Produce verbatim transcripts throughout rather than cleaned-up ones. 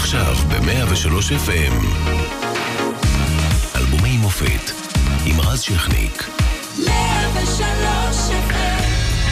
עכשיו ב-מאה ושלוש אף אם. אלבומי מופת עם רז שכניק. מאה ושלוש אף אם.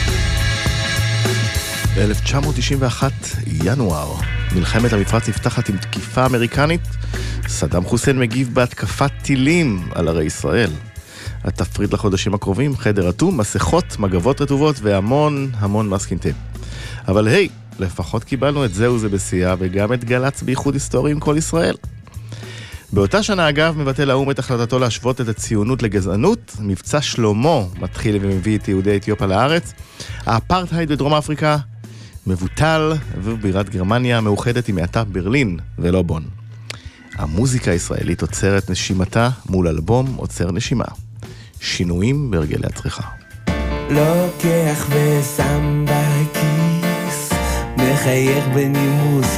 ב-אלף תשע מאות תשעים ואחת, ינואר, מלחמת המפרץ נפתחת עם תקיפה אמריקנית. סדאם חוסיין מגיב בהתקפת טילים על ערי ישראל. התפריט לחודשים הקרובים, חדר אטום, מסכות, מגבות רטובות והמון המון מסקינטה. אבל היי, לפחות קיבלנו את זה וזה בשיאה, וגם את גלץ בייחוד היסטורי עם כל ישראל. באותה שנה אגב מבטל האו"ם את החלטתו להשוות את הציונות לגזענות. מבצע שלמה מתחיל ומביא את יהודי אתיופיה לארץ. האפרטהייד בדרום אפריקה מבוטל, ובירת גרמניה מאוחדת עם מעתה ברלין ולא בון. המוזיקה הישראלית עוצרת נשימתה מול אלבום עוצר נשימה. שינויים ברגלי הצריכה. לוקח ושם בכיס, מחייך בנימוס.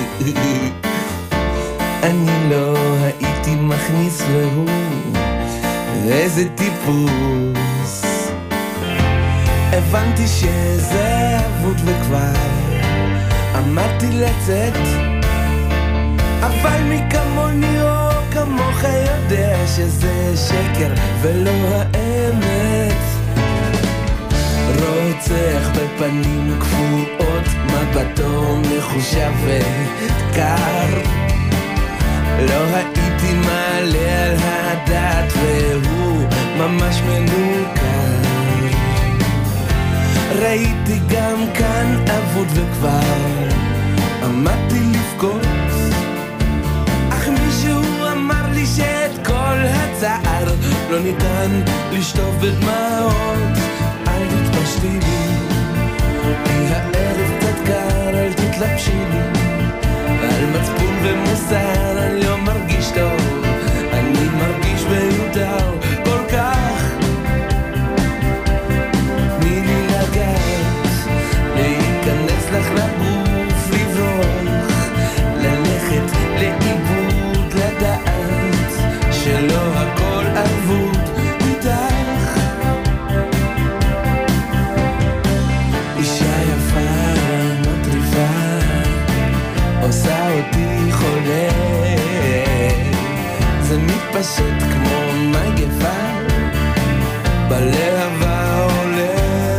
אני לא הייתי מכניס והוא איזה טיפוס. הבנתי שזה אבוד וכבר עמדתי לצאת, אבל מי כמוני או כמוך יודע שזה שקר ולא האמת. רוצח בפנים כפועות, מבטו מחושב וקר. לא הייתי מעלה על הדעת והוא ממש מנוכר. ראיתי גם כאן אבוד וכבר עמדתי לבכות, אך מישהו אמר לי שאת כל הצער לא ניתן לשטוף בדמעות. אל תתפשטי לי, כי הערב קצת קר, אל תתלבשי לי. על מצפון ומוסר אני לא מרגיש טוב, אני מרגיש מיותר כל כך. תני לי לגעת, להיכנס לך לגוף, לברוח, ללכת לאיבוד, לדעת שלא הכל אבוד איתך. אישה יפה מטריפה עושה אותי חולה, זה מתפשט כמו מגפה בלהבה עולה.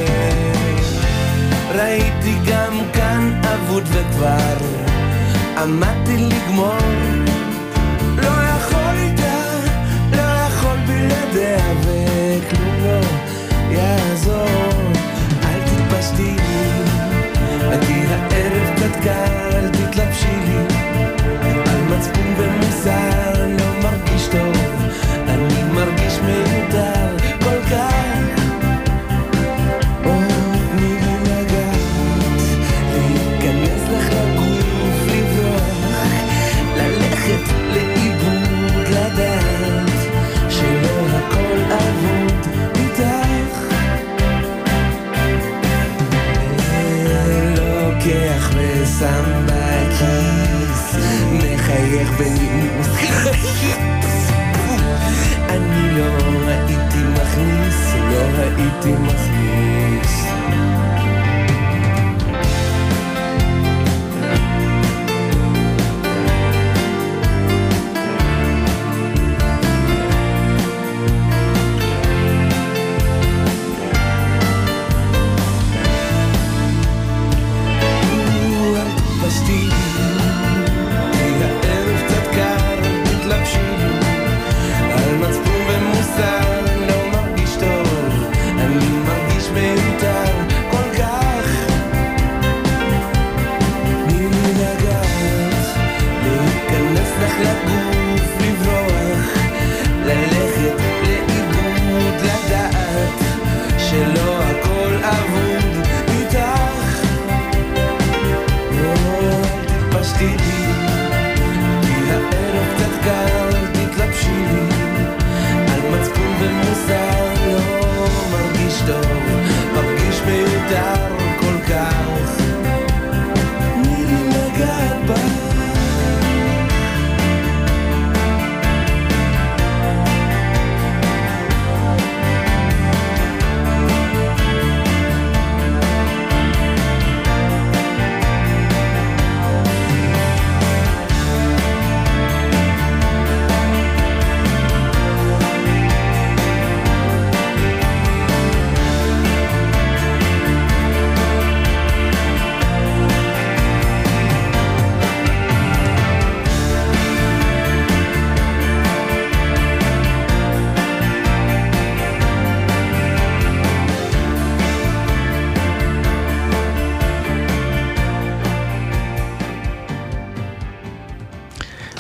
ראיתי גם כאן אבוד וכבר עמדתי לגמור. לא יכול איתה, לא יכול בלעדיה, וכלום לא יעזור. אל תתפשטי לי, כי הערב קצת קר, אל תתלבשי לי. על מצפון ומוסר אני לא מרגיש טוב, אני מרגיש מיותר כל כך. תני לי לגעת, להיכנס לך לגוף, לברוח, ללכת לאיבוד, לדעת שלא הכל אבוד איתך. לוקח ושם בכיס, מחייך בנימוס. אני לא הייתי מכניס, לא הייתי מכניס.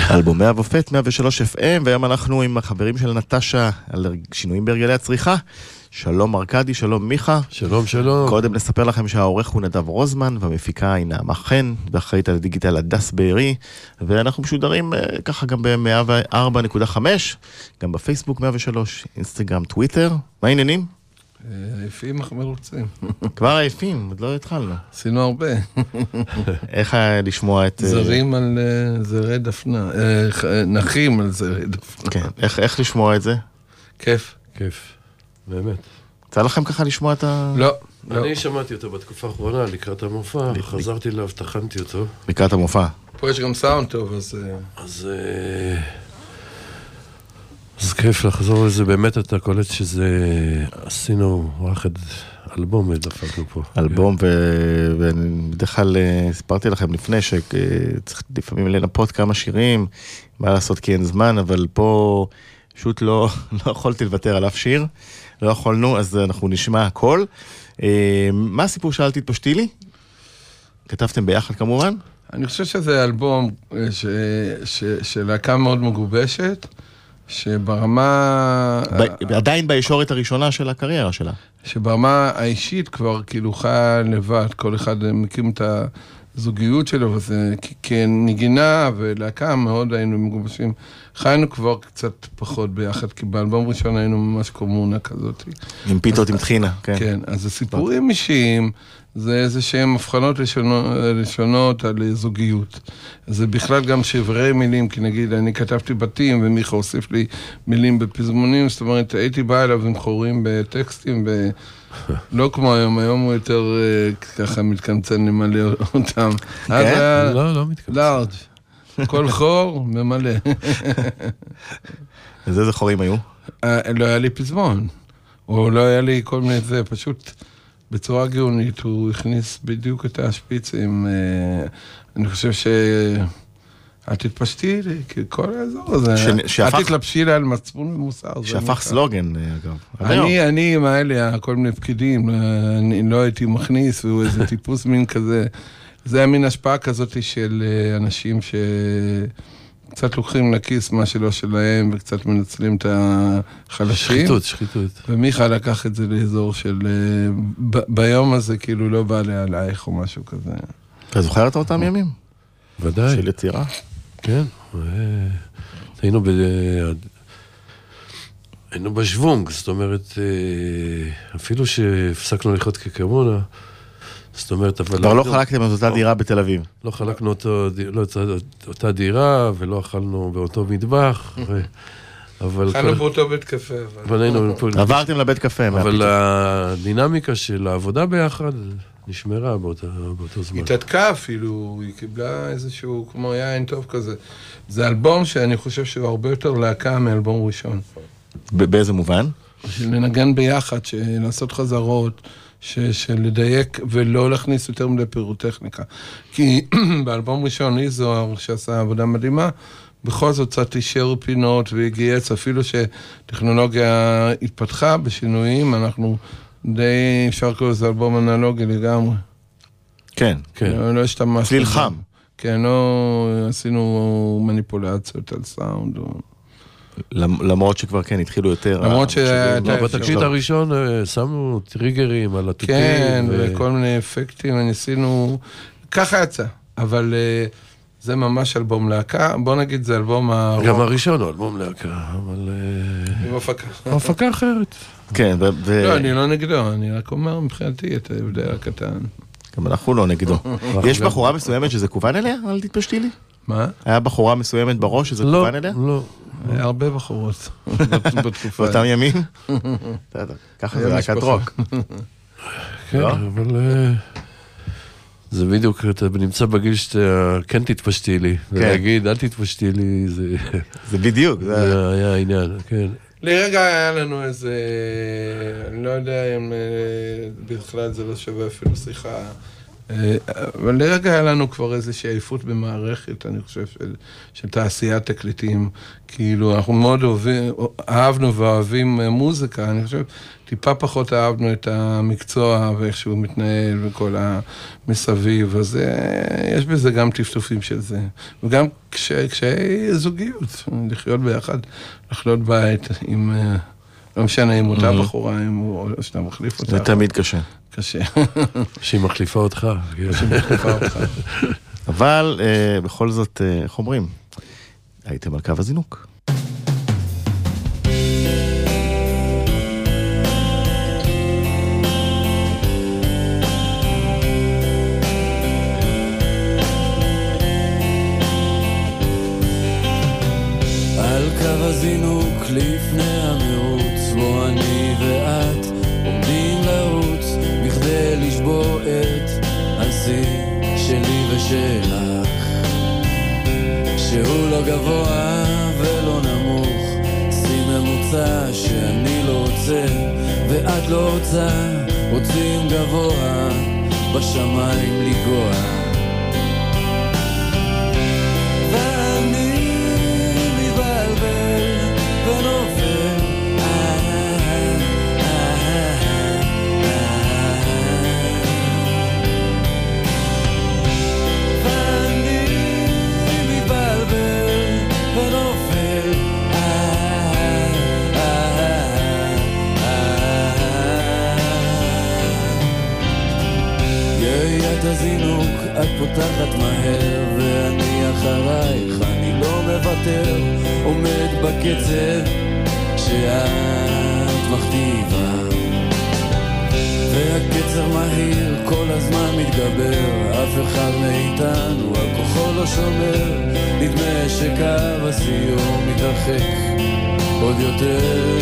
אלבומי המופת מאה ושלוש אף אם, והיום אנחנו עם החברים של נטשה על שינויים בהרגלי הצריכה. שלום ארקדי, שלום מיכה. שלום, שלום. קודם נספר לכם שהעורך הוא נדב רוזמן, והמפיקה היא נעמה חן, ואחראית על הדיגיטל הדס בארי, ואנחנו משודרים ככה גם ב-מאה וארבע נקודה חמש, גם בפייסבוק מאה ושלוש, אינסטגרם, טוויטר. מה העניינים? עייפים אנחנו מרוצים. כבר עייפים, עוד לא התחלנו. עשינו הרבה. איך היה לשמוע את... זרים על זרי דפנה, נחים על זרי דפנה. כן, איך לשמוע את זה? כיף. כיף, באמת. יצא לכם ככה לשמוע את ה... לא. אני שמעתי אותו בתקופה האחרונה, לקראת המופע, חזרתי אליו, תחנתי אותו. לקראת המופע. פה יש גם סאונד טוב, אז... אז... אז כיף לחזור לזה, באמת אתה קולט שזה... עשינו ואחד אלבום דפקנו פה. אלבום, ובדרך כלל סיפרתי לכם לפני שצריך לפעמים לנפות כמה שירים, מה לעשות כי אין זמן, אבל פה פשוט לא, לא יכולתי לוותר על אף שיר, לא יכולנו, אז אנחנו נשמע הכל. מה הסיפור שאל תתפשטי לי? כתבתם ביחד כמובן? אני חושב שזה אלבום ש... ש... של להקה מאוד מגובשת, שברמה... ב... עדיין בישורת הראשונה של הקריירה שלה. שברמה האישית כבר כאילו חיה לבד, כל אחד מקים את הזוגיות שלו, וזה כנגינה ולהקה מאוד היינו מגובשים. חיינו כבר קצת פחות ביחד, כי באלבום ראשון היינו ממש קומונה כזאת. עם פיתות, עם תחינה, כן. כן, אז הסיפורים אישיים, זה איזה שהם הבחנות לשונות, לשונות על זוגיות. זה בכלל גם שברי מילים, כי נגיד, אני כתבתי בתים, ומיכה הוסיף לי מילים בפזמונים, זאת אומרת, הייתי בא אליו עם חורים בטקסטים, ולא כמו היום, היום הוא יותר ככה מתקמצן למלא אותם. כן? לא, לא מתקמצן. לארג'. כל חור ממלא. אז איזה חורים היו? לא היה לי פזמון, או לא היה לי כל מיני זה, פשוט... בצורה גאונית, הוא הכניס בדיוק את השפיצים, אני חושב ש... אל תתפשטי לי, כי כל האזור הזה, אל תתלבשי לה על מצפון ומוסר. שהפך סלוגן, אגב. אני, אני עם האלה, כל מיני פקידים, אני לא הייתי מכניס, והוא איזה טיפוס מין כזה, זה היה מין השפעה כזאת של אנשים ש... קצת לוקחים לכיס מה שלא שלהם, וקצת מנצלים את החלשים. שחיתות, שחיתות. ומיכה לקח את זה לאזור של... ב- ביום הזה כאילו לא בא לי עלייך או משהו כזה. אתה זוכר את אותם ימים? ודאי. של יצירה? כן. היינו ב... היינו בשוונג, זאת אומרת, אפילו שהפסקנו לחיות כקומונה, זאת אומרת, אבל... כבר לא חלקתם את אותה דירה בתל אביב. לא חלקנו אותה דירה, ולא אכלנו באותו מטבח, אכלנו באותו בית קפה. עברתם לבית קפה. אבל הדינמיקה של העבודה ביחד נשמרה באותו זמן. היא תתקה אפילו, היא קיבלה איזשהו כמו יין טוב כזה. זה אלבום שאני חושב שהוא הרבה יותר להקה מאלבום ראשון. באיזה מובן? לנגן ביחד, לעשות חזרות, של לדייק ולא להכניס יותר מדי פירוטכניקה. כי באלבום ראשון, איזוהר, שעשה עבודה מדהימה, בכל זאת קצת אישר פינות והגייץ, אפילו שטכנולוגיה התפתחה בשינויים, אנחנו די אפשר לקרוא לזה אלבום אנלוגי לגמרי. כן. לא, לא השתמשנו. צליל חם. כן, לא עשינו מניפולציות על סאונד או... למרות שכבר כן, התחילו יותר... למרות שהייתה... בתקליט הראשון שמנו טריגרים על התופים. כן, וכל מיני אפקטים, ניסינו... ככה יצא, אבל זה ממש אלבום להקה. בוא נגיד, זה אלבום הרוק. גם הראשון הוא אלבום להקה, אבל... עם הפקה. הפקה אחרת. כן, ו... לא, אני לא נגדו, אני רק אומר מבחינתי את ההבדל הקטן. גם אנחנו לא נגדו. יש בחורה מסוימת שזה כוון אליה? אל תתפשטי לי. מה? היה בחורה מסוימת בראש שזה כוון אליה? לא, לא. היה הרבה בחורות בתקופה. באותם ימים? ככה זה להקת רוק. כן, אבל זה בדיוק, אתה נמצא בגיל שאתה כן תתפשטי לי, ולהגיד אל תתפשטי לי, זה בדיוק. זה היה העניין, כן. לרגע היה לנו איזה, אני לא יודע אם בכלל זה לא שווה אפילו שיחה, אבל לרגע היה לנו כבר איזושהי עייפות במערכת, אני חושב, של, של תעשיית תקליטים. כאילו, אנחנו מאוד אוהבים, אהבנו ואוהבים מוזיקה, אני חושב, טיפה פחות אהבנו את המקצוע ואיך שהוא מתנהל וכל המסביב, אז יש בזה גם טפטופים של זה. וגם קשיי, קשיי זוגיות, לחיות ביחד, לחיות בית עם, לא משנה אם אותה בחורה, או שאתה מחליף אותה. זה תמיד קשה. קשה. שהיא מחליפה אותך. שהיא מחליפה אותך. אבל בכל זאת, איך אומרים? הייתם על קו הזינוק. על קו הזינוק לפני המרוץ, בו אני ואת עומדים לרוץ בכדי לשבור את השיא שלי ושלך, שהוא לא גבוה ולא נמוך, שיא ממוצע שאני לא רוצה ואת לא רוצה, רוצים גבוה בשמיים לגוע, ואני מתבלבל ונופל, ואני מתבלבל ונופל, יריית הזינוק את פותחת מהר ואני אחרייך, אני לא מוותר, עומד בקצב שאת מכתיבה, והקצר מהיר כל הזמן מתגבר, אף אחד מאיתנו על כוחו לא שומר, נדמה שקו הסיום מתרחק עוד יותר,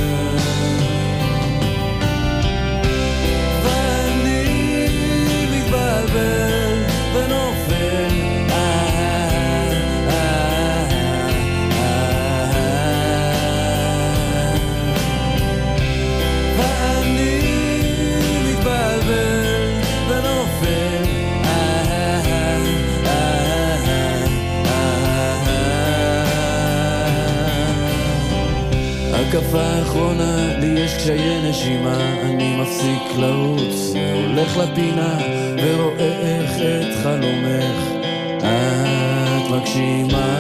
ואני מתבלבל ונופל, הקפה האחרונה, לי יש קשיי נשימה, אני מפסיק לרוץ, והולך לפינה, ורואה איך את חלומך את מגשימה,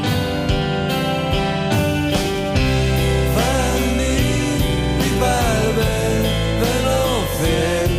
ואני מתבלבל ונופל,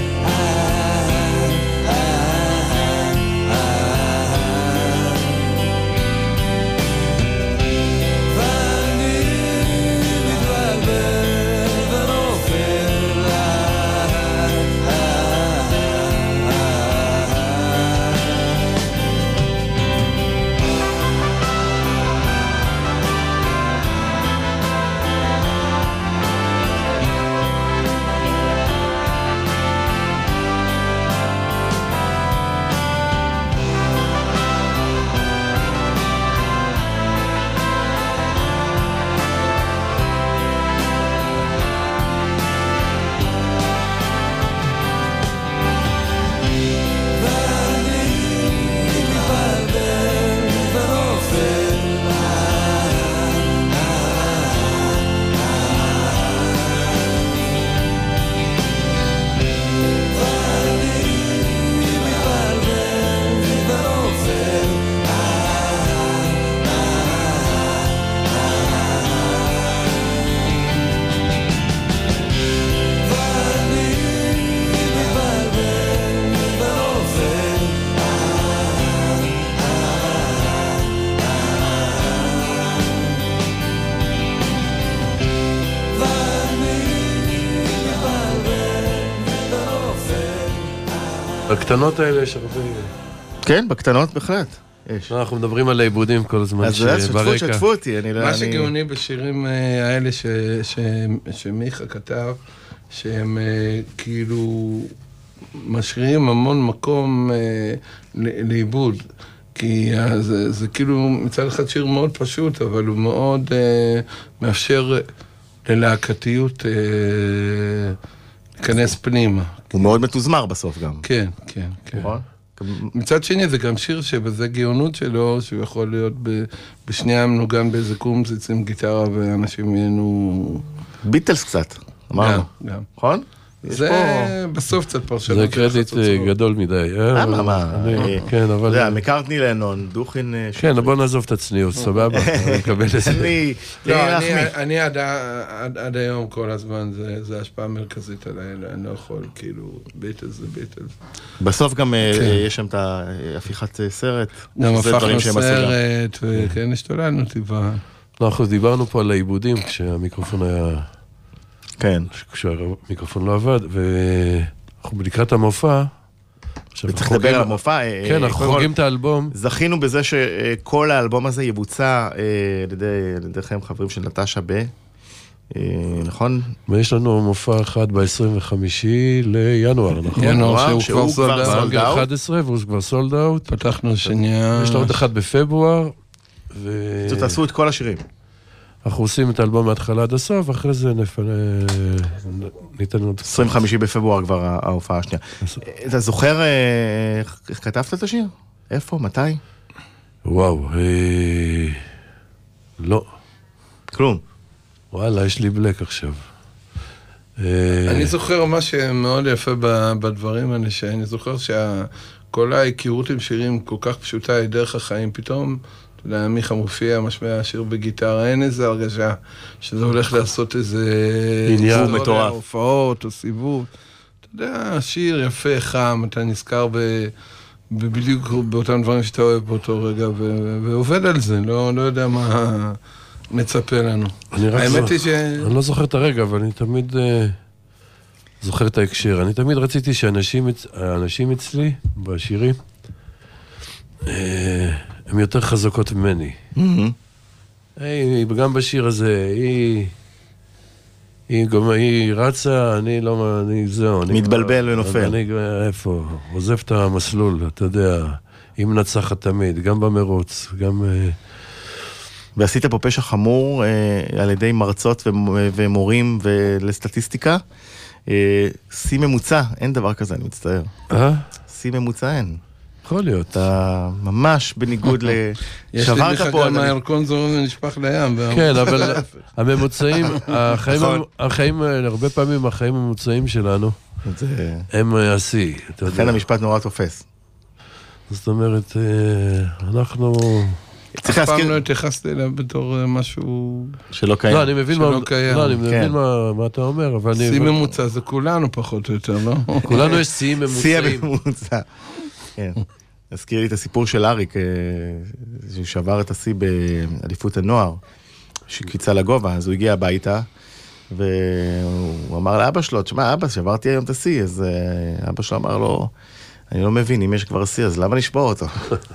בקטנות האלה יש הרבה... כן, בקטנות בהחלט. יש. אנחנו מדברים על העיבודים כל הזמן אז שתפו, שתפו אותי. מה שגאוני בשירים האלה שמיכה כתב, שהם כאילו משאירים המון מקום לאיבוד. כי זה, זה כאילו מצד אחד שיר מאוד פשוט, אבל הוא מאוד מאפשר ללהקתיות להיכנס פנימה. הוא מאוד מתוזמר בסוף גם. כן, כן, כן. מצד שני, זה גם שיר שבזה גאונות שלו, שהוא יכול להיות בשנייה מנוגן באיזה קומזיץ עם גיטרה, ואנשים יהנו... ביטלס קצת, אמרנו. גם. נכון? זה בסוף קצת פרשנות. זה קרדיט גדול מדי. למה, מה? כן, אבל... זה, מקארטני לנון, דוכין... כן, בוא נעזוב את הצניעות, סבבה? אני מקבל את זה. אני עד היום כל הזמן, זה השפעה מרכזית עליי, אני לא יכול, כאילו, ביטלס זה ביטלס. בסוף גם יש שם את הפיכת סרט. גם הפכנו סרט, וכן, השתוללנו טבעה. אנחנו דיברנו פה על העיבודים, כשהמיקרופון היה... כן. כשהמיקרופון לא עבד, ואנחנו לקראת המופע. וצריך לדבר על המופע. כן, אנחנו חוגגים את האלבום. זכינו בזה שכל האלבום הזה יבוצע על ידי חיים חברים של נטשה ב... נכון? ויש לנו מופע אחד ב-עשרים וחמישה לינואר, נכון? ינואר, שהוא כבר סולד אאוט. אחד עשרה, והוא כבר סולד אאוט. פתחנו שנייה. יש לנו עוד אחד בפברואר. תעשו את כל השירים. אנחנו עושים את האלבום מההתחלה עד הסוף, אחרי זה ניתן עוד... עשרים וחמישה בפברואר כבר ההופעה השנייה. אתה זוכר איך כתבת את השיר? איפה? מתי? וואו, לא. כלום. וואלה, יש לי בלק עכשיו. אני זוכר מה שמאוד יפה בדברים האלה, שאני זוכר שכל ההיכרות עם שירים כל כך פשוטה היא דרך החיים, פתאום... אתה יודע, מיכה מופיע, משמע השיר בגיטרה, אין איזה הרגשה שזה הולך לעשות איזה... עניין מטורף. הופעות או סיבוב. אתה יודע, שיר יפה, חם, אתה נזכר בדיוק באותם דברים שאתה אוהב באותו רגע, ועובד על זה, לא יודע מה מצפה לנו. האמת היא ש... אני לא זוכר את הרגע, אבל אני תמיד זוכר את ההקשר. אני תמיד רציתי שהאנשים אצלי, בשירים, הן יותר חזקות ממני. גם בשיר הזה, היא רצה, אני לא, אני זהו. מתבלבל ונופל. אני איפה, עוזב את המסלול, אתה יודע, היא מנצחת תמיד, גם במרוץ, גם... ועשית פה פשע חמור על ידי מרצות ומורים ולסטטיסטיקה. שיא ממוצע, אין דבר כזה, אני מצטער. אה? שיא ממוצע אין. יכול להיות. אתה ממש בניגוד ל... יש לי לך גם הירקון זורם ונשפך לים. כן, אבל הממוצעים, החיים, הרבה פעמים החיים הממוצעים שלנו, הם השיא. לכן המשפט נורא תופס. זאת אומרת, אנחנו... אף פעם לא התייחסתי אליו בתור משהו... שלא קיים. לא, אני מבין מה אתה אומר, אבל... שיא ממוצע, זה כולנו פחות או יותר, לא? כולנו יש שיא ממוצעים. שיא ממוצע. כן. הזכיר לי את הסיפור של אריק, ששבר את השיא בעדיפות הנוער, שקיצה לגובה, אז הוא הגיע הביתה, והוא אמר לאבא שלו, תשמע, אבא, שברתי היום את השיא, אז אבא שלו אמר לו, אני לא מבין, אם יש כבר שיא, אז למה נשבור אותו?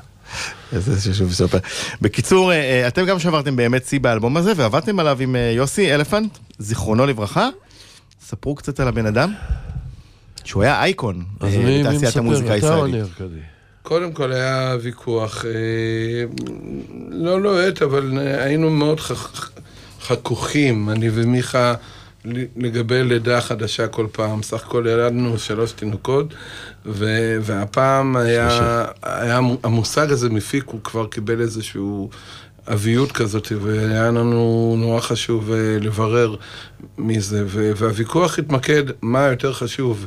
זה שוב סופר. בקיצור, אתם גם שברתם באמת שיא באלבום הזה, ועבדתם עליו עם יוסי אלפנט, זיכרונו לברכה. ספרו קצת על הבן אדם, שהוא היה אייקון בתעשיית המוזיקה הישראלית. קודם כל היה ויכוח, לא לוהט, אבל היינו מאוד חכוכים, אני ומיכה, לגבי לידה חדשה כל פעם. סך הכל ילדנו שלוש תינוקות, והפעם היה, היה המושג הזה מפיק, הוא כבר קיבל איזשהו אביות כזאת, והיה לנו נורא חשוב לברר מזה, והוויכוח התמקד מה יותר חשוב,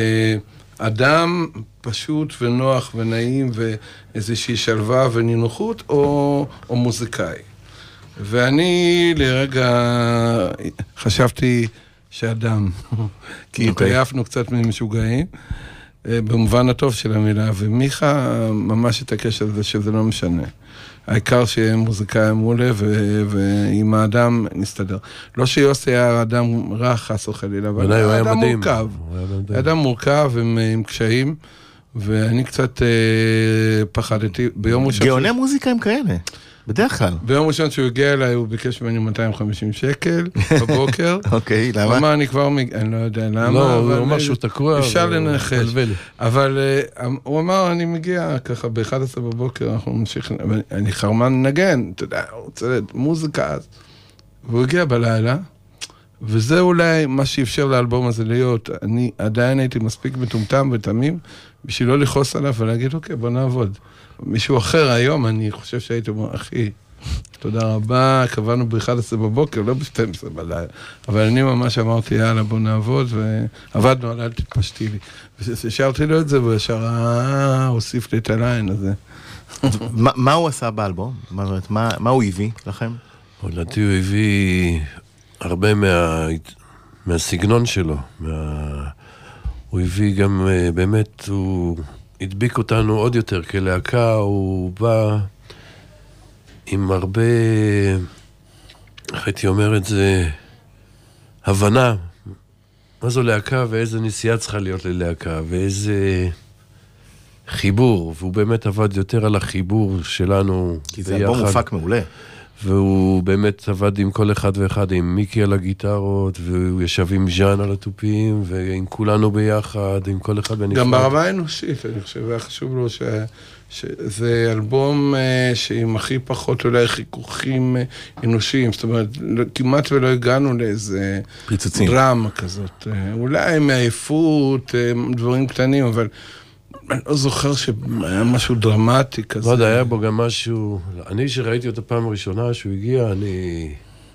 אדם פשוט ונוח ונעים ואיזושהי שלווה ונינוחות, או, או מוזיקאי. ואני לרגע חשבתי שאדם, כי התעייפנו קצת ממשוגעים, במובן הטוב של המילה, ומיכה ממש התעקש על זה שזה לא משנה. העיקר שיהיה מוזיקאי מעולה, ועם האדם נסתדר. לא שיוסי היה אדם רע, חס וחלילה, אבל היה אדם מורכב. היה אדם מורכב עם קשיים, ואני קצת פחדתי. גאוני מוזיקה הם כאלה. בדרך כלל. ביום ראשון שהוא הגיע אליי, הוא ביקש ממני מאתיים וחמישים שקל בבוקר. אוקיי, למה? הוא אמר, אני כבר, אני לא יודע למה. לא, הוא אמר שהוא תקוע. אפשר לנחש. אבל הוא אמר, אני מגיע ככה ב-אחת עשרה בבוקר, אנחנו ממשיכים, אני חרמן נגן, אתה יודע, הוא רוצה מוזיקה אז. והוא הגיע בלילה, וזה אולי מה שאפשר לאלבום הזה להיות. אני עדיין הייתי מספיק מטומטם ותמים, בשביל לא לכעוס עליו ולהגיד, אוקיי, בוא נעבוד. מישהו אחר היום, אני חושב שהייתי אומר, אחי, תודה רבה, קבענו ב-אחת עשרה בבוקר, לא ב-שתים עשרה בלילה. אבל אני ממש אמרתי, יאללה, בוא נעבוד, ועבדנו על אל תתפשטי לי. וששארתי לו את זה, וישר, אה, הוסיף לי את הליין הזה. מה הוא עשה באלבום? מה הוא הביא לכם? לדעתי הוא הביא הרבה מהסגנון שלו. הוא הביא גם, באמת, הוא הדביק אותנו עוד יותר כלהקה, הוא בא עם הרבה, איך הייתי אומר את זה, הבנה, מה זו להקה ואיזה נסיעה צריכה להיות ללהקה, ואיזה חיבור, והוא באמת עבד יותר על החיבור שלנו. כי זה אלבום מופק מעולה. והוא באמת עבד עם כל אחד ואחד, עם מיקי על הגיטרות, והוא ישב עם ז'אן על הטופים, ועם כולנו ביחד, עם כל אחד בנפרד. גם ברמה האנושית, אני חושב, היה חשוב לו ש... שזה אלבום שעם הכי פחות אולי חיכוכים אנושיים, זאת אומרת, כמעט ולא הגענו לאיזה פיצוצים. דרמה כזאת. אולי מעייפות, דברים קטנים, אבל אני לא זוכר שהיה משהו דרמטי כזה. לא יודע, היה בו גם משהו, אני שראיתי אותו פעם הראשונה שהוא הגיע, אני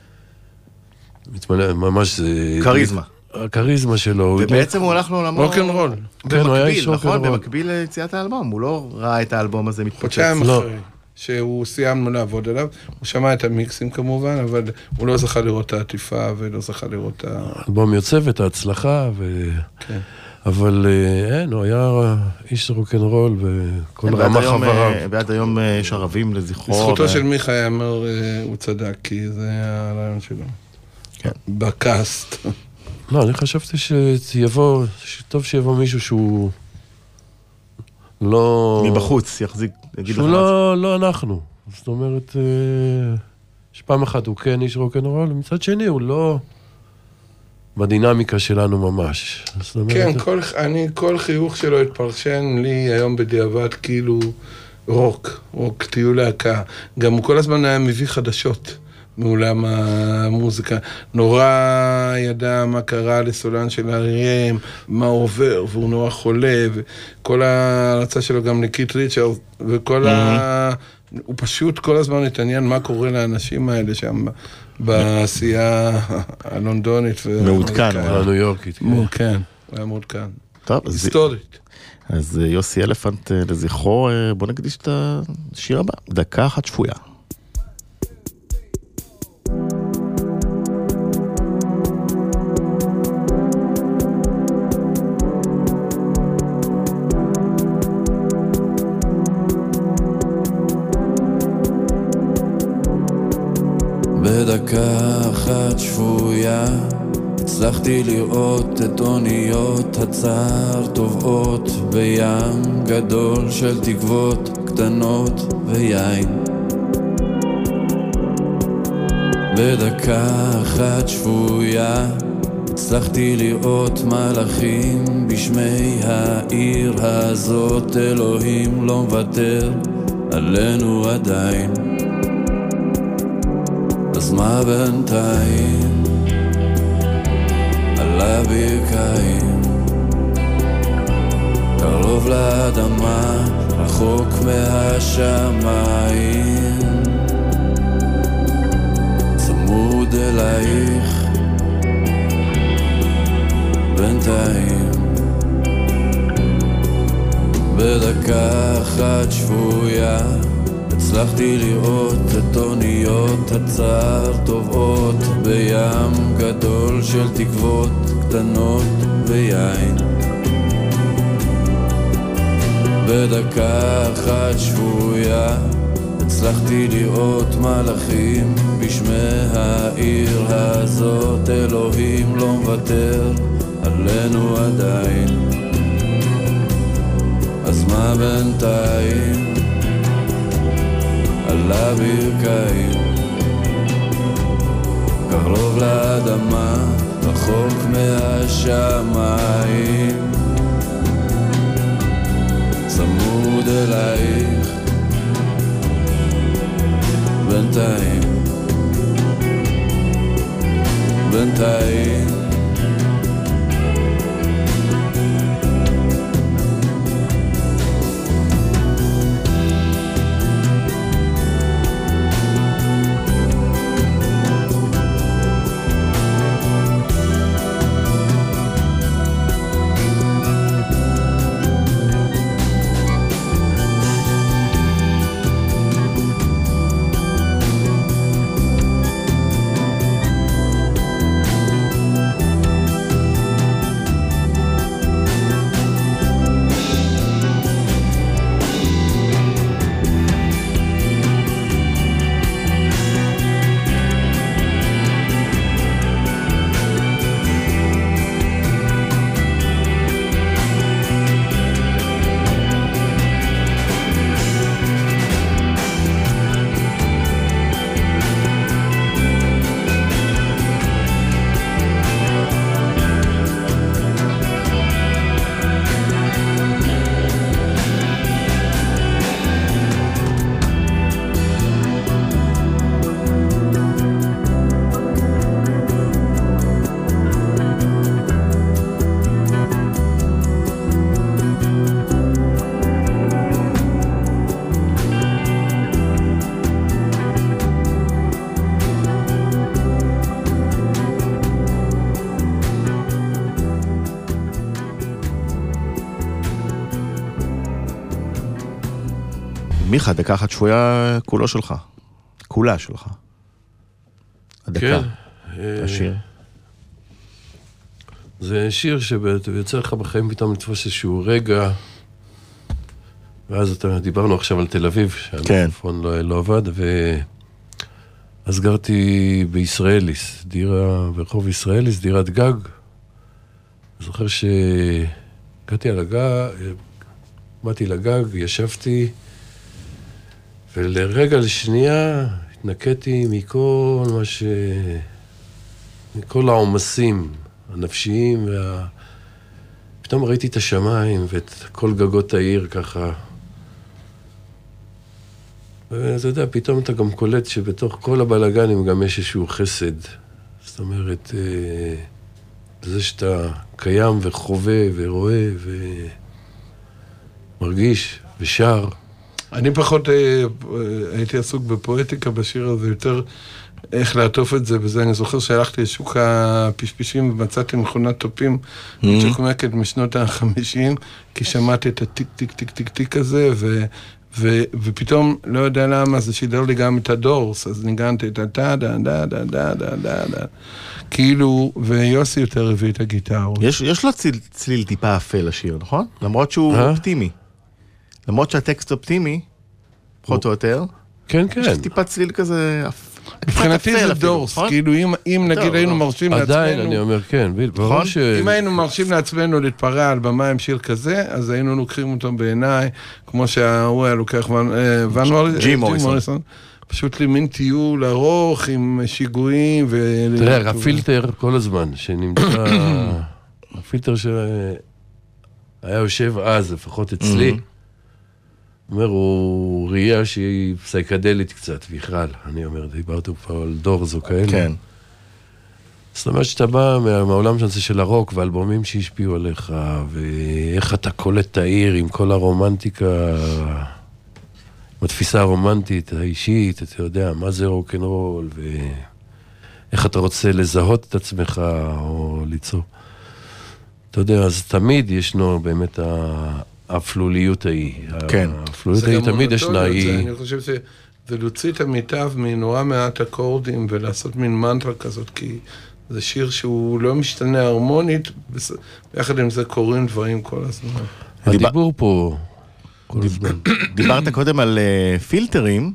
מתמלא, ממש זה... קריזמה. הקריזמה שלו. ובעצם הוא הלך לעולמו... רוקנרול. במקביל, נכון? במקביל ליציאת האלבום. הוא לא ראה את האלבום הזה מתפוצץ. חודשיים אחרי, שהוא סיימנו לעבוד עליו. הוא שמע את המיקסים כמובן, אבל הוא לא זכה לראות את העטיפה, ולא זכה לראות את ה... האלבום יוצא ואת ההצלחה, ו... כן. אבל אין, הוא היה איש רוקנרול וכל רמה חבריו. ועד היום יש ערבים לזכרו. בזכותו של מיכה יאמר, הוא צדק, כי זה היה הרעיון שלו. כן. בקאסט. לא, אני חשבתי שיבוא, שטוב שיבוא מישהו שהוא לא... מבחוץ, יחזיק, יגיד לך שהוא לא, לא אנחנו. זאת אומרת, שפעם אחת הוא כן איש רוקנרול, ומצד שני הוא לא... בדינמיקה שלנו ממש. כן, כל, אני, כל חיוך שלו התפרשן לי היום בדיעבד כאילו רוק, רוק, תהיו להקה. גם הוא כל הזמן היה מביא חדשות מעולם המוזיקה. נורא ידע מה קרה לסולן של אריהם, מה עובר, והוא נורא חולה, וכל ההרצה שלו גם לקיט ריצ'רד, וכל ה... הוא פשוט כל הזמן התעניין מה קורה לאנשים האלה שם בעשייה הלונדונית. מעודכן. הניו יורקית. כן, הוא היה מעודכן. טוב, היסטורית. אז יוסי אלפנט לזכרו, בוא נקדיש את השיר הבא, דקה אחת שפויה. בדקה אחת שפויה הצלחתי לראות את אוניות הצער טובעות בים גדול של תקוות קטנות ויין. בדקה אחת שפויה הצלחתי לראות מלאכים בשמי העיר הזאת. אלוהים לא מוותר עלינו עדיין. אז מה בינתיים על הברכיים קרוב לאדמה רחוק מהשמיים צמוד אלייך בינתיים בדקה אחת שפויה הצלחתי לראות את אוניות הצער טובעות בים גדול של תקוות קטנות ויין. בדקה אחת שפויה הצלחתי לראות מלאכים בשמי העיר הזאת. אלוהים לא מוותר עלינו עדיין. אז מה בינתיים על הברכיים קרוב לאדמה רחוק מהשמיים צמוד אלייך בינתיים בינתיים מיכה, דקה אחת שבויה כולו שלך. כולה שלך. הדקה. כן. השיר. זה שיר שיוצא לך בחיים פתאום לתפוס איזשהו רגע, ואז אתה, דיברנו עכשיו על תל אביב, שהטלפון לא, לא עבד, ואז גרתי בישראליס, דירה, ברחוב ישראליס, דירת גג. אני זוכר שהגעתי על הגג, באתי לגג, ישבתי, ולרגע לשנייה התנקטי מכל מה ש... מכל העומסים הנפשיים, וה... פתאום ראיתי את השמיים ואת כל גגות העיר ככה. ואתה יודע, פתאום אתה גם קולט שבתוך כל הבלגנים גם יש איזשהו חסד. זאת אומרת, זה שאתה קיים וחווה ורואה ומרגיש ושר. אני פחות הייתי עסוק בפואטיקה בשיר הזה, יותר איך לעטוף את זה וזה. אני זוכר שהלכתי לשוק הפשפישים ומצאתי מכונת טופים שקומקת משנות ה-חמישים, כי שמעתי את הטיק טיק טיק טיק טיק הזה, ו... ו... ופתאום, לא יודע למה, זה שידר לי גם את הדורס, אז ניגנתי את הדה דה דה דה דה דה דה דה כאילו, ויוסי יותר הביא את הגיטרות. יש, יש לו צליל, צליל טיפה אפל לשיר, נכון? למרות שהוא אופטימי. למרות שהטקסט אופטימי, פחות או יותר. כן, כן. יש טיפה צליל כזה... מבחינתי זה דורס, כאילו אם נגיד היינו מרשים לעצמנו... עדיין, אני אומר, כן. אם היינו מרשים לעצמנו להתפרע על במה עם שיר כזה, אז היינו לוקחים אותו בעיניי, כמו שהוא היה לוקח ג'י מוריסון. פשוט לי מין טיול ארוך עם שיגועים ו... תראה, הפילטר כל הזמן שנמצא... הפילטר שהיה יושב אז, לפחות אצלי, אומר, הוא ראייה שהיא פסייקדלית קצת, בכלל. אני אומר, דיברתי פה על דורס או כאלה. כן. זאת אומרת שאתה בא מהעולם של הרוק והאלבומים שהשפיעו עליך, ואיך אתה קולט את העיר עם כל הרומנטיקה, עם התפיסה הרומנטית, האישית, אתה יודע, מה זה רוק'נ'רול, ואיך אתה רוצה לזהות את עצמך או ליצור. אתה יודע, אז תמיד ישנו באמת האפלוליות ההיא. כן. האפלוליות ההיא תמיד ישנה. אני חושב שזה להוציא את המיטב מנורא מעט אקורדים ולעשות מין מנטרה כזאת, כי זה שיר שהוא לא משתנה הרמונית, ביחד עם זה קוראים דברים כל הזמן. הדיבור פה כל הזמן. דיברת קודם על פילטרים,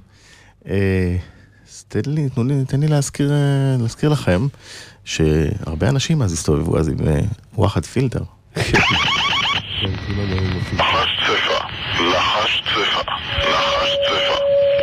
תן לי להזכיר לכם שהרבה אנשים אז הסתובבו אז עם וואחד פילטר. לחש צפה, לחש צפה, לחש צפה.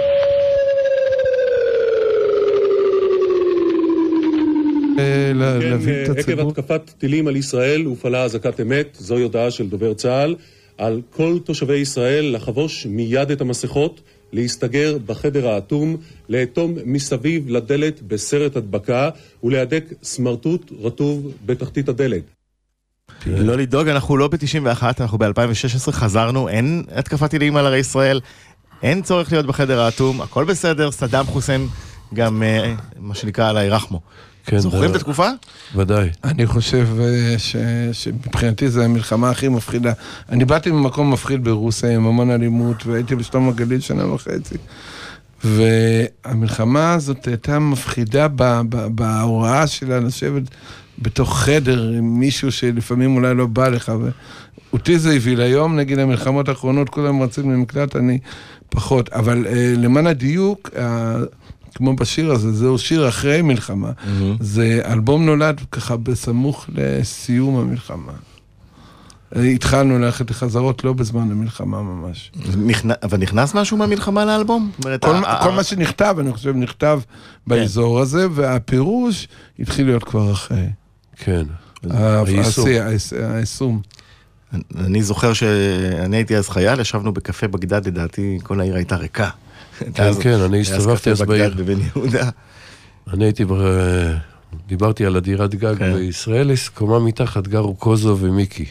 עקב התקפת טילים על ישראל הופעלה אזעקת אמת, זוהי הודעה של דובר צה"ל, על כל תושבי ישראל לחבוש מיד את המסכות, להסתגר בחדר האטום, לאטום מסביב לדלת בסרט הדבקה ולהדק סמרטוט רטוב בתחתית הדלת. לא לדאוג, אנחנו לא ב-תשעים ואחת, אנחנו ב-אלפיים ושש עשרה, חזרנו, אין התקפת טילים על ערי ישראל, אין צורך להיות בחדר האטום, הכל בסדר, סדאם חוסיין גם מה שנקרא עליי רחמו. זוכרים את התקופה? ודאי. אני חושב שמבחינתי זו המלחמה הכי מפחידה. אני באתי ממקום מפחיד ברוסיה עם המון אלימות, והייתי בשלום הגליל שנה וחצי. והמלחמה הזאת הייתה מפחידה בהוראה שלה לשבת בתוך חדר עם מישהו שלפעמים אולי לא בא לך. ואותי זה הביא ליום, נגיד המלחמות האחרונות, כולם רצים למקלט, אני פחות. אבל למען הדיוק, כמו בשיר הזה, זהו שיר אחרי מלחמה. זה אלבום נולד ככה בסמוך לסיום המלחמה. התחלנו ללכת לחזרות לא בזמן המלחמה ממש. אבל נכנס משהו מהמלחמה לאלבום? כל מה שנכתב, אני חושב, נכתב באזור הזה, והפירוש התחיל להיות כבר אחרי. כן. היישום. אני זוכר שאני הייתי אז חייל, ישבנו בקפה בגדד, לדעתי כל העיר הייתה ריקה. כן, כן, אני הסתובבתי אז בעיר. בבן יהודה. אני הייתי, דיברתי על הדירת גג בישראליס, קומה מתחת גרו קוזו ומיקי.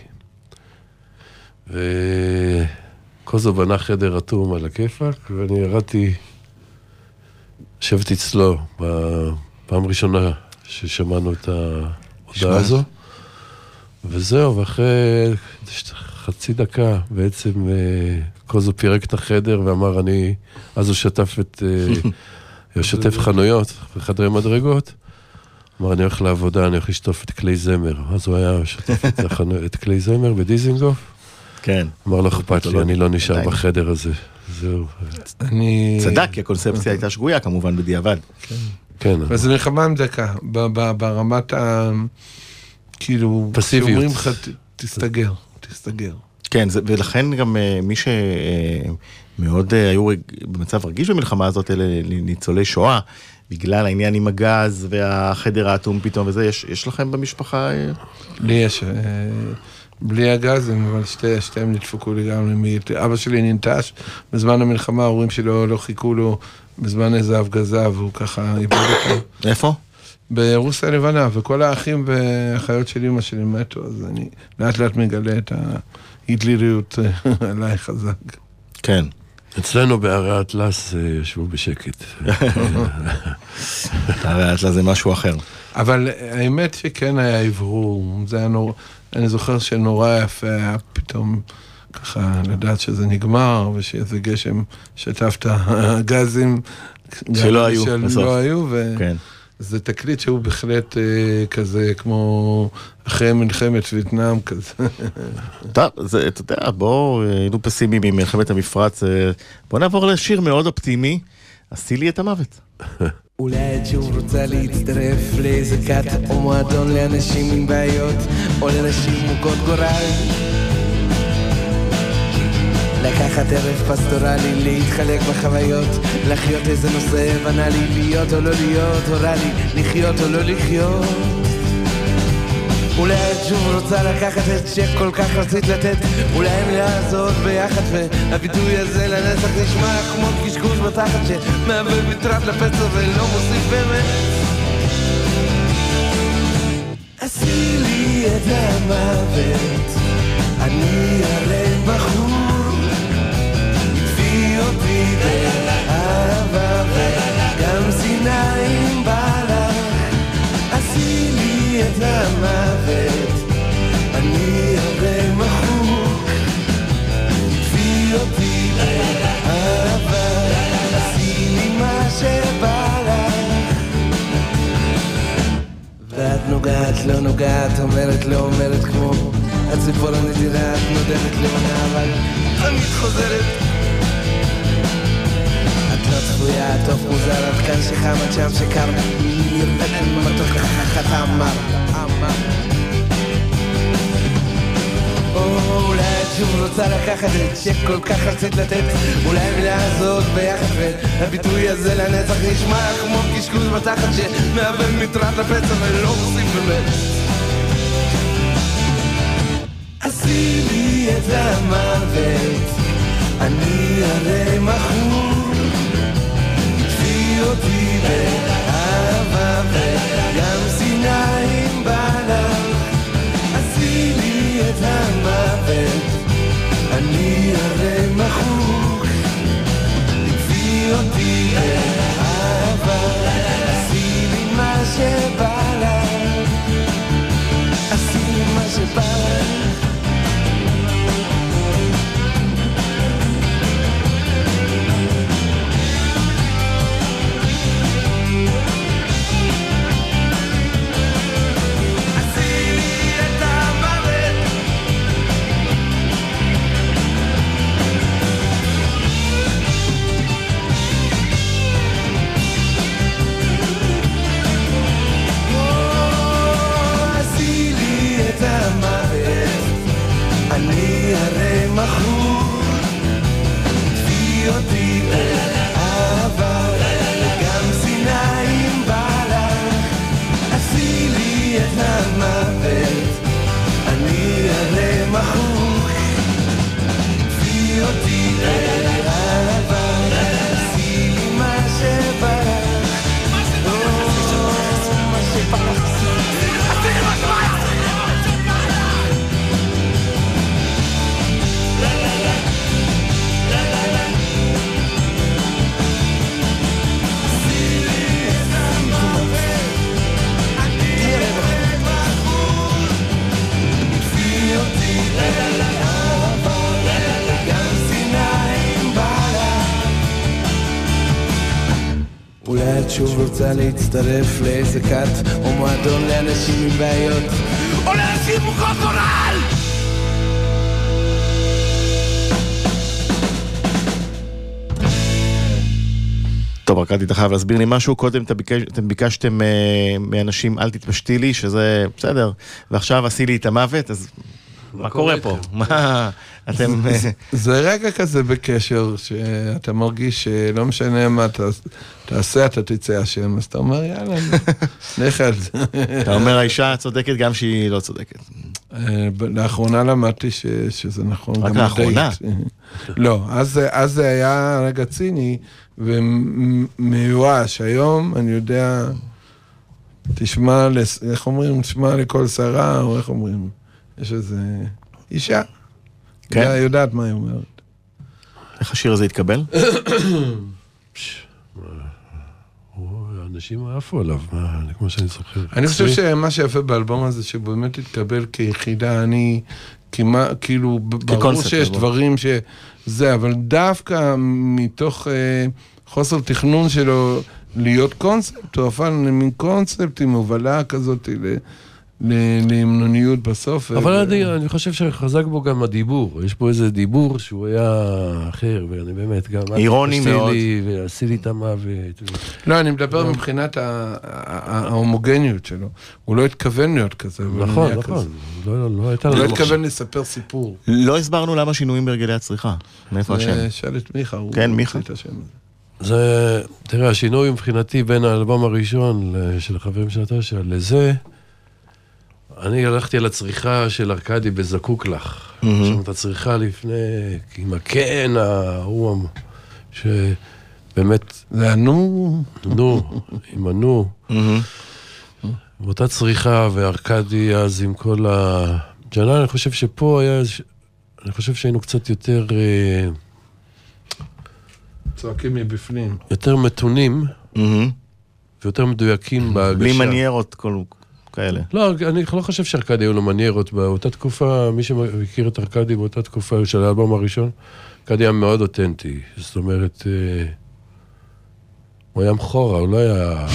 וקוזו בנה חדר אטום על הכיפק, ואני ירדתי, שבתי אצלו, בפעם ראשונה ששמענו את ההודעה הזו. וזהו, ואחרי חצי דקה בעצם קוזו פירק את החדר ואמר אני, אז הוא שטף את, הוא שטף חנויות וחדרי מדרגות, אמר אני הולך לעבודה, אני הולך לשטוף את כלי זמר, אז הוא היה שטף את, החנו... את כלי זמר בדיזינגוף, כן. אמר לא אכפת לי, אני לא נשאר בחדר הזה, זהו. אני... צדק, כי הקונספציה הייתה שגויה כמובן בדיעבד. כן. כן. וזה מלחמה עם דקה, ברמת ה... כאילו, פסיביות. שאומרים לך, תסתגר, תסתגר. כן, זה, ולכן גם מי שמאוד היו במצב רגיש במלחמה הזאת, אלה ניצולי שואה, בגלל העניין עם הגז והחדר האטום פתאום וזה, יש, יש לכם במשפחה? לי יש, בלי הגזים, אבל שתי, שתיהם נדפקו לי גם, אבא שלי ננטש, בזמן המלחמה ההורים שלו לא חיכו לו, בזמן איזה הפגזה, והוא ככה איבד אותו. איפה? ברוסיה הלבנה, וכל האחים והאחיות של אמא שלי מתו, אז אני לאט לאט מגלה את ההיטלריות עליי חזק. כן. אצלנו בערי האטלס ישבו בשקט. בערי האטלס זה משהו אחר. אבל האמת שכן היה עברור, זה היה נורא, אני זוכר שנורא יפה היה פתאום ככה לדעת שזה נגמר, ושאיזה גשם שטף את הגזים. שלא היו. שלא היו, ו... כן. זה תקליט שהוא בהחלט אה, כזה, כמו אחרי מלחמת וייטנאם כזה. טוב, זה, אתה יודע, בואו, היינו פסימיים ממלחמת המפרץ, בואו נעבור לשיר מאוד אופטימי, עשי לי את המוות. אולי את שוב רוצה להצטרף לאיזה קאט או מועדון לאנשים עם בעיות, או לנשים מוכות גורל. לקחת ערב פסטורלי, להתחלק בחוויות, לחיות איזה נושא בנאלי, להיות או לא להיות, הורה לי, לחיות או לא לחיות. אולי את שוב רוצה לקחת את שכל כך רצית לתת, אולי הם לעזור ביחד, והביטוי הזה לנצח נשמע כמו קשקוש בתחת שמהווה מטרד לפצע ולא מוסיף באמת. עשי לי את המוות, אני הרי בחור אותי באהבה וגם סיניים בלך, עשי לי את המוות, אני הרי מחוק, תפי אותי באהבה, עשי לי מה שבא לך. ואת נוגעת, לא נוגעת, אומרת, לא אומרת, כמו הציפור הנדירה, את נודדת לעונה, אבל תמיד חוזרת. לא צפויה, טוב מוזר, עד כאן שחם, עד שם שקר, נרדן מתוק כחת אמר, אמר. אולי את שוב רוצה לקחת את שכל כך רצית לתת, אולי המילה הזאת ביחד, והביטוי הזה לנצח נשמע כמו קשקוש בתחת שמהווה מטרד לפצע ולא מוסיף באמת. עשי לי את המוות, אני הרי מחור, אולי את שוב רוצה להצטרף לאיזה כת או מועדון לאנשים עם בעיות או לאנשים מוכות גורל. טוב, ארקדי, אתה חייב להסביר לי משהו. קודם אתם ביקשתם מאנשים אל תתפשטי לי, שזה בסדר, ועכשיו עשי לי את המוות, אז מה קורה פה? מה אתם... זה רגע כזה בקשר, שאתה מרגיש שלא משנה מה תעשה, אתה תצא השם, אז אתה אומר, יאללה, נכד. אתה אומר, האישה צודקת גם שהיא לא צודקת. לאחרונה למדתי שזה נכון. רק לאחרונה? לא, אז זה היה רגע ציני, ומיואש. היום אני יודע, תשמע, איך אומרים, תשמע לכל שרה, או איך אומרים, יש איזה אישה, כן. יודעת מה היא אומרת. איך השיר הזה התקבל? אנשים עפו עליו, כמו שאני זוכר. אני חושב שמה שיפה באלבום הזה, שבאמת התקבל כיחידה, אני כמעט, כאילו, ברור שיש דברים שזה, אבל דווקא מתוך חוסר תכנון שלו להיות קונספט, הוא הפעל מין קונספט עם הובלה כזאת להמנוניות בסוף. אבל אני חושב שחזק בו גם הדיבור, יש פה איזה דיבור שהוא היה אחר, ואני באמת גם... אירוני מאוד. ועשי לי את המוות. לא, אני מדבר מבחינת ההומוגניות שלו. הוא לא התכוון להיות כזה. נכון, נכון. הוא לא התכוון לספר סיפור. לא הסברנו למה שינויים בהרגלי הצריכה. מאיפה השם? שאל את מיכה. כן, מיכה. זה, תראה, השינוי מבחינתי בין האלבום הראשון של החברים של נטשה לזה, אני הלכתי על הצריכה של ארקדי בזקוק לך. עכשיו את הצריכה לפני, עם הקן, ההוא, שבאמת... זה הנו. נו, עם הנו. באותה צריכה, וארקדי אז עם כל ה... ג'נן, אני חושב שפה היה... אני חושב שהיינו קצת יותר... צועקים מבפנים. יותר מתונים, ויותר מדויקים בהגשה. בלי מניירות כל... כאלה. לא, אני לא חושב שארקדי היו לו מניירות. באותה תקופה, מי שמכיר את ארקדי באותה תקופה של האלבום הראשון, ארקדי היה מאוד אותנטי. זאת אומרת, הוא היה מחורה, הוא לא היה...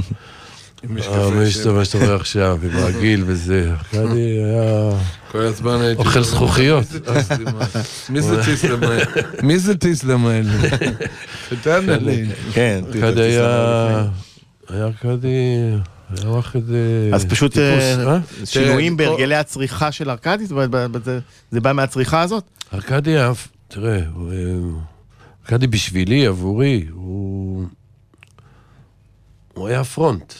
מה שאתה אומר עכשיו, עם הגיל וזה. ארקדי היה... כל הזמן הייתי... אוכל זכוכיות. מי זה טיסלם האלה? מי זה טיסלם האלה? תתן לי. כן. ארקדי היה... היה ארקדי... אז פשוט שינויים בהרגלי הצריכה של ארקדי, זה בא מהצריכה הזאת? ארקדי, תראה, ארקדי בשבילי, עבורי, הוא היה פרונט.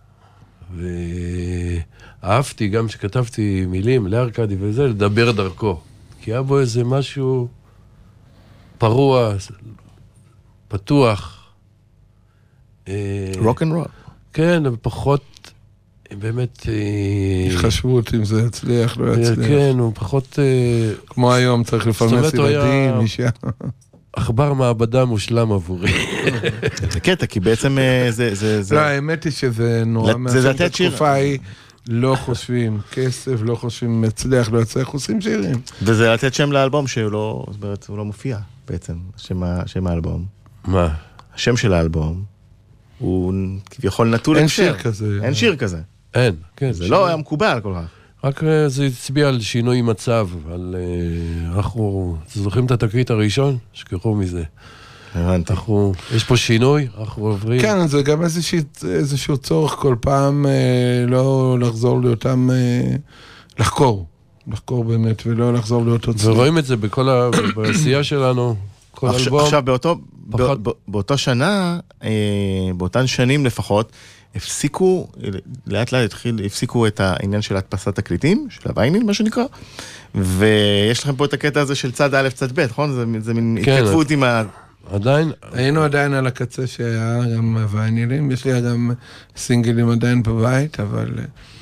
ואהבתי גם שכתבתי מילים לארקדי וזה, לדבר דרכו. כי היה בו איזה משהו פרוע, פתוח. רוק אנד רול. כן, פחות, באמת... התחשבות אם זה יצליח, לא יצליח. כן, הוא פחות... כמו היום, צריך לפרנס ילדים, אישה. עכבר מעבדה מושלם עבורי. זה קטע, כי בעצם זה... לא, האמת היא שזה נורא מעצם. בתקופה ההיא לא חושבים כסף, לא חושבים מצליח, לא יצליח, עושים שירים. וזה לתת שם לאלבום שהוא לא מופיע בעצם, שם האלבום. מה? השם של האלבום. הוא כביכול נטול הקשר. אין שיר כזה. אין שיר כזה. אין, כן. זה לא היה מקובל כל כך. רק זה הצביע על שינוי מצב, על... אנחנו זוכרים את התקרית הראשון? שכחו מזה. הבנתי. אנחנו... יש פה שינוי, אנחנו עוברים... כן, זה גם איזשהו צורך כל פעם לא לחזור לאותם... לחקור. לחקור באמת, ולא לחזור לאותו צורך. ורואים את זה בכל העשייה שלנו. עכשיו, באותו, באותה שנה, באותן שנים לפחות, הפסיקו, לאט לאט התחיל, הפסיקו את העניין של הדפסת תקליטים, של הווייניל, מה שנקרא, ויש לכם פה את הקטע הזה של צד א', צד ב', נכון? זה, זה מין התכתבות עם ה... עדיין... היינו עדיין על הקצה שהיה גם הוויינילים, יש לי גם סינגלים עדיין בבית, אבל...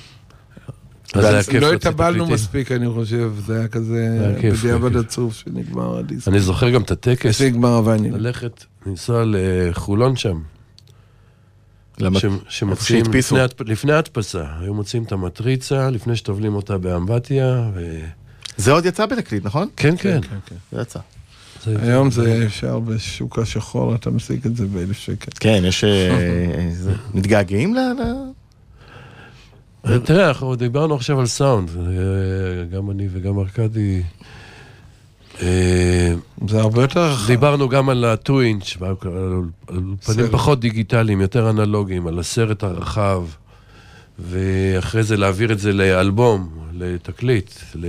לא התאבלנו מספיק, אני חושב, זה היה כזה בדיעבד עצוב שנגמר הדיסק. אני זוכר גם את הטקס, שנגמר הווייניל. ללכת, לנסוע לחולון שם, שמוצאים, לפני ההדפסה, היו מוצאים את המטריצה, לפני שטובלים אותה באמבטיה. זה עוד יצא בתקליט, נכון? כן, כן. זה יצא. היום זה אפשר בשוק השחור, אתה משיג את זה באלף שקל. כן, יש... מתגעגעים ל... תראה, אנחנו דיברנו עכשיו על סאונד, גם אני וגם ארקדי. זה הרבה יותר... דיברנו גם על ה-טו אינץ', על פנים פחות דיגיטליים, יותר אנלוגיים, על הסרט הרחב, ואחרי זה להעביר את זה לאלבום, לתקליט, ל...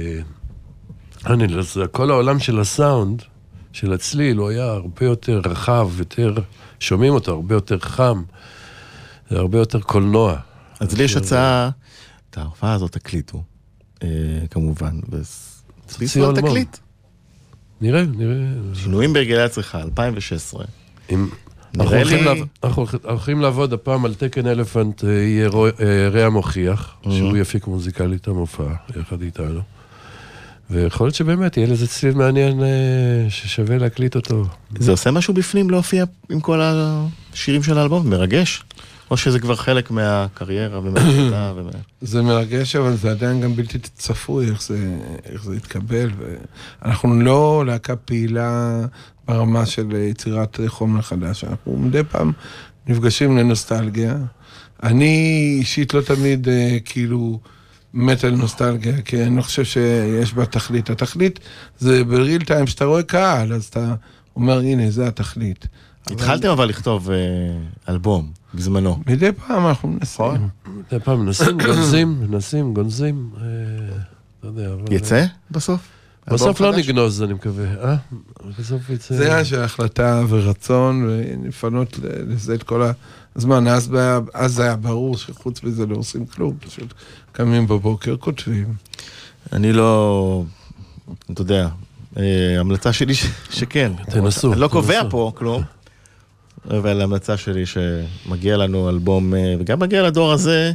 כל העולם של הסאונד, של הצליל, הוא היה הרבה יותר רחב, יותר שומעים אותו, הרבה יותר חם, הרבה יותר קולנוע. אז לי יש הצעה, את ההרפאה הזאת תקליטו, כמובן, ותצליחו על תקליט. נראה, נראה. שינויים בהרגלי הצריכה, אלפיים ושש עשרה. אנחנו הולכים לעבוד הפעם על תקן אלפנט, יהיה רע מוכיח, שהוא יפיק מוזיקלית את המופע, יחד איתנו. ויכול להיות שבאמת יהיה לזה צליל מעניין ששווה להקליט אותו. זה עושה משהו בפנים להופיע עם כל השירים של האלבום? מרגש? או שזה כבר חלק מהקריירה ומהעבודה? זה מרגש, אבל זה עדיין גם בלתי צפוי איך זה, איך זה יתקבל. אנחנו לא להקה פעילה ברמה של יצירת חומר חדש. אנחנו מדי פעם נפגשים לנוסטלגיה. אני אישית לא תמיד כאילו מת על נוסטלגיה, כי אני לא חושב שיש בה תכלית. התכלית זה בריל טיים, שאתה רואה קהל, אז אתה אומר, הנה, זה התכלית. התחלתם אבל לכתוב אלבום בזמנו. מדי פעם אנחנו מנסים. מדי פעם מנסים, גונזים, מנסים, גונזים. יצא בסוף? בסוף לא נגנוז, אני מקווה. בסוף יצא... זה היה של החלטה ורצון, ונפנות לזה את כל הזמן. אז זה היה ברור שחוץ מזה לא עושים כלום, פשוט קמים בבוקר, כותבים. אני לא... אתה יודע, המלצה שלי שכן. תנסו. אני לא קובע פה כלום. אבל ההמלצה שלי שמגיע לנו אלבום, וגם מגיע לדור הזה,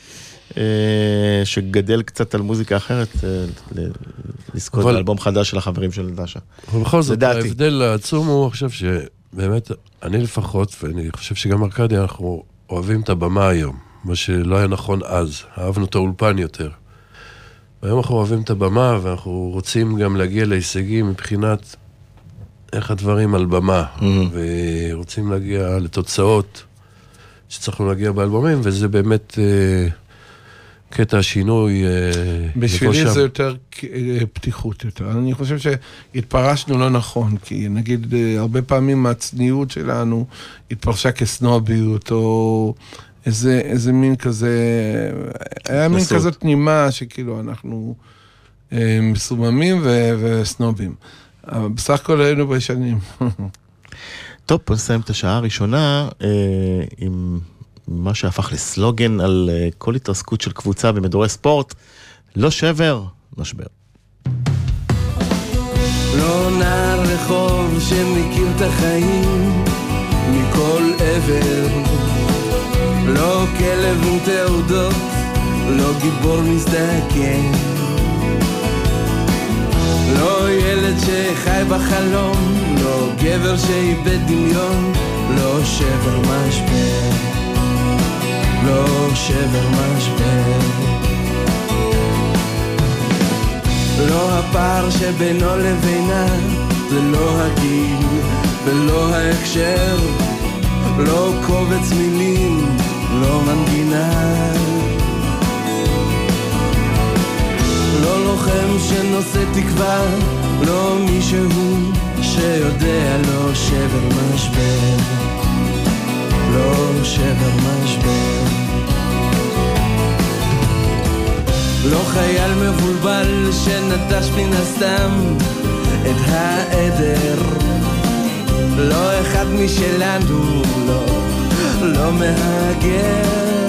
שגדל קצת על מוזיקה אחרת, לזכות באלבום חדש של החברים של דשה. אבל בכל זאת, ההבדל העצום הוא עכשיו שבאמת, אני לפחות, ואני חושב שגם ארקדי, אנחנו אוהבים את הבמה היום, מה שלא היה נכון אז, אהבנו את האולפן יותר. והיום אנחנו אוהבים את הבמה, ואנחנו רוצים גם להגיע להישגים מבחינת איך הדברים על במה, mm-hmm. ורוצים להגיע לתוצאות שצריכנו להגיע באלבומים, וזה באמת אה, קטע השינוי. אה, בשבילי זה יותר אה, פתיחות יותר. אני חושב שהתפרשנו לא נכון, כי נגיד אה, הרבה פעמים הצניעות שלנו התפרשה כסנוביות, או איזה, איזה מין כזה, היה מין כזאת נימה שכאילו אנחנו אה, מסוממים ו- וסנובים. אבל בסך הכל היינו בישנים. טוב, בוא נסיים את השעה הראשונה אה, עם מה שהפך לסלוגן על אה, כל התרסקות של קבוצה במדורי ספורט. לא שבר, משבר. לא נער רחוב שמכיר את החיים מכל עבר, לא כלב עם תעודות, לא גיבור מזדקן, לא ילד שחי בחלום, לא גבר שאיבד דמיון, לא שבר משבר, לא שבר משבר. לא הפער שבינו לבינה, זה לא הגיל ולא ההקשר, לא קובץ מילים, לא מנגינה, לא לוחם שנושא תקווה, לא מישהו שיודע, לא שבר משבר, לא שבר משבר. לא חייל מבולבל שנטש מן הסתם את העדר, לא אחד משלנו, לא, לא מהגר.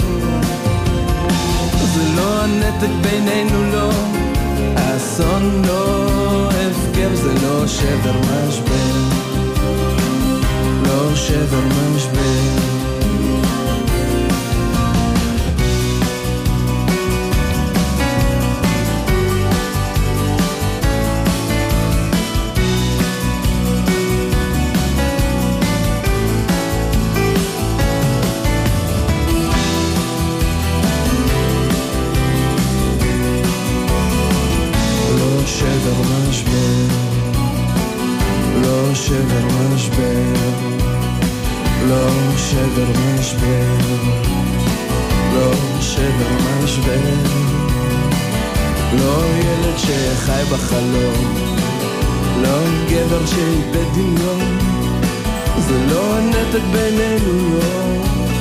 זה לא הנתק בינינו, לא אסון, לא הפקר, זה לא שבר משבר, לא שבר משבר. שבר משבר, לא שבר משבר, לא ילד שחי בחלום, לא גבר שאיבד דמיון, זה לא הנתק בינינו, לא.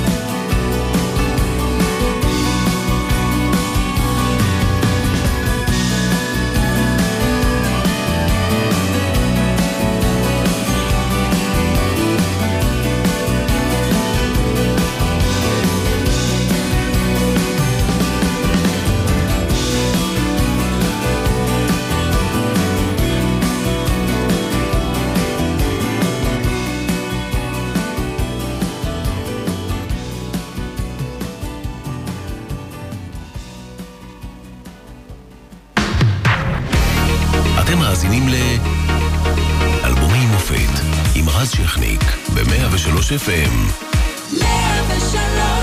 אתם מאזינים לאלבומי מופת עם רז שכניק ב-מאה ושלוש אף אם. מאה ושלוש